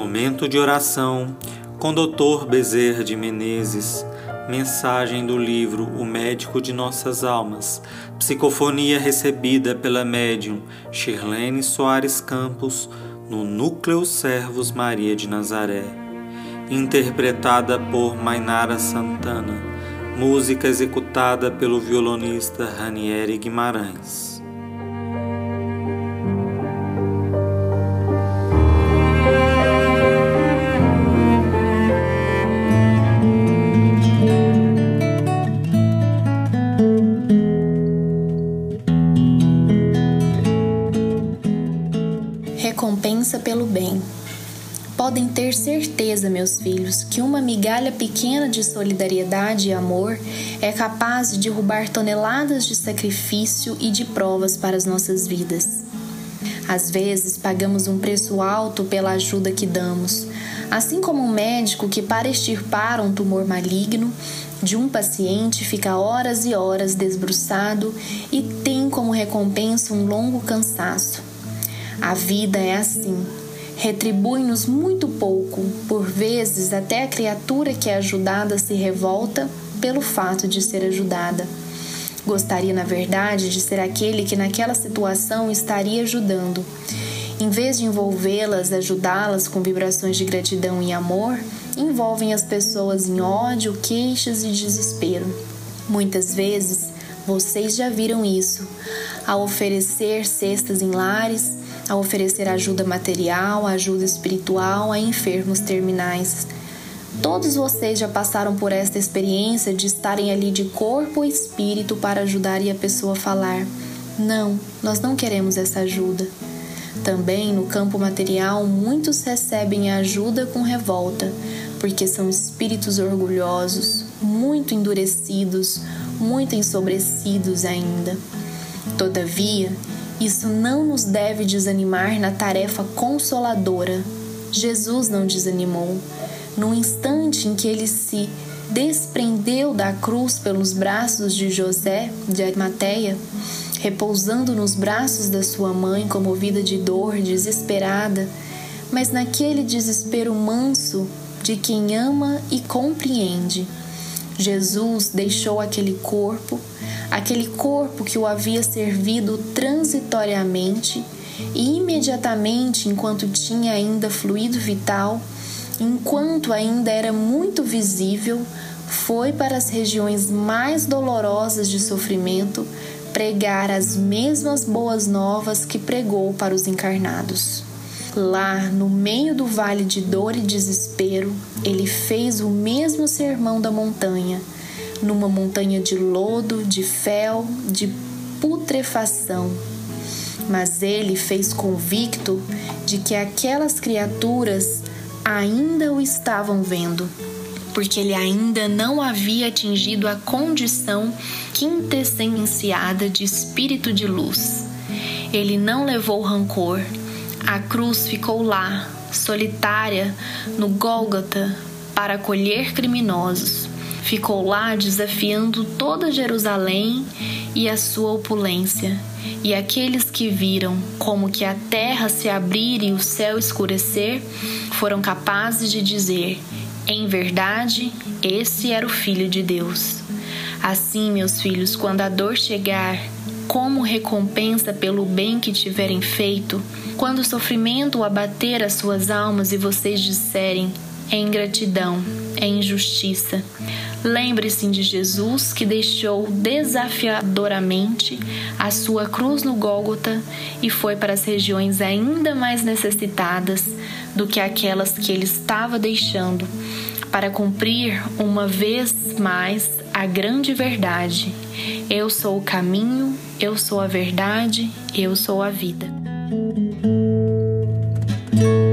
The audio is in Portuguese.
Momento de oração com Dr. Bezerra de Menezes. Mensagem do livro O Médico de Nossas Almas. Psicofonia recebida pela médium Shirlene Soares Campos no Núcleo Servos Maria de Nazaré. Interpretada por Mainara Santana. Música executada pelo violonista Ranieri Guimarães. Recompensa pelo bem. Podem ter certeza, meus filhos, que uma migalha pequena de solidariedade e amor é capaz de derrubar toneladas de sacrifício e de provas para as nossas vidas. Às vezes, pagamos um preço alto pela ajuda que damos, assim como um médico que, para extirpar um tumor maligno de um paciente, fica horas e horas desbruçado e tem como recompensa um longo cansaço. A vida é assim, retribui-nos muito pouco, por vezes até a criatura que é ajudada se revolta pelo fato de ser ajudada. Gostaria, na verdade, de ser aquele que naquela situação estaria ajudando. Em vez de envolvê-las, ajudá-las com vibrações de gratidão e amor, envolvem as pessoas em ódio, queixas e desespero. Muitas vezes, vocês já viram isso, ao oferecer cestas em lares, a oferecer ajuda material, ajuda espiritual a enfermos terminais. Todos vocês já passaram por esta experiência de estarem ali de corpo e espírito para ajudar e a pessoa falar: não, nós não queremos essa ajuda. Também no campo material, muitos recebem a ajuda com revolta, porque são espíritos orgulhosos, muito endurecidos, muito ensobrecidos ainda. Todavia, isso não nos deve desanimar na tarefa consoladora. Jesus não desanimou. No instante em que ele se desprendeu da cruz pelos braços de José de Arimateia, repousando nos braços da sua mãe, comovida de dor, desesperada, mas naquele desespero manso de quem ama e compreende, Jesus deixou aquele corpo que o havia servido transitoriamente, e imediatamente, enquanto tinha ainda fluido vital, enquanto ainda era muito visível, foi para as regiões mais dolorosas de sofrimento pregar as mesmas boas novas que pregou para os encarnados. Lá, no meio do vale de dor e desespero, ele fez o mesmo sermão da montanha, numa montanha de lodo, de fel, de putrefação. Mas ele fez convicto de que aquelas criaturas ainda o estavam vendo, porque ele ainda não havia atingido a condição quintessenciada de espírito de luz. Ele não levou rancor. A cruz ficou lá, solitária, no Gólgota, para acolher criminosos. Ficou lá desafiando toda Jerusalém e a sua opulência. E aqueles que viram como que a terra se abrir e o céu escurecer, foram capazes de dizer: em verdade, esse era o Filho de Deus. Assim, meus filhos, quando a dor chegar, como recompensa pelo bem que tiverem feito, quando o sofrimento abater as suas almas e vocês disserem: é ingratidão, é injustiça, lembre-se de Jesus, que deixou desafiadoramente a sua cruz no Gólgota e foi para as regiões ainda mais necessitadas do que aquelas que ele estava deixando, para cumprir uma vez mais a grande verdade: eu sou o caminho, eu sou a verdade, eu sou a vida.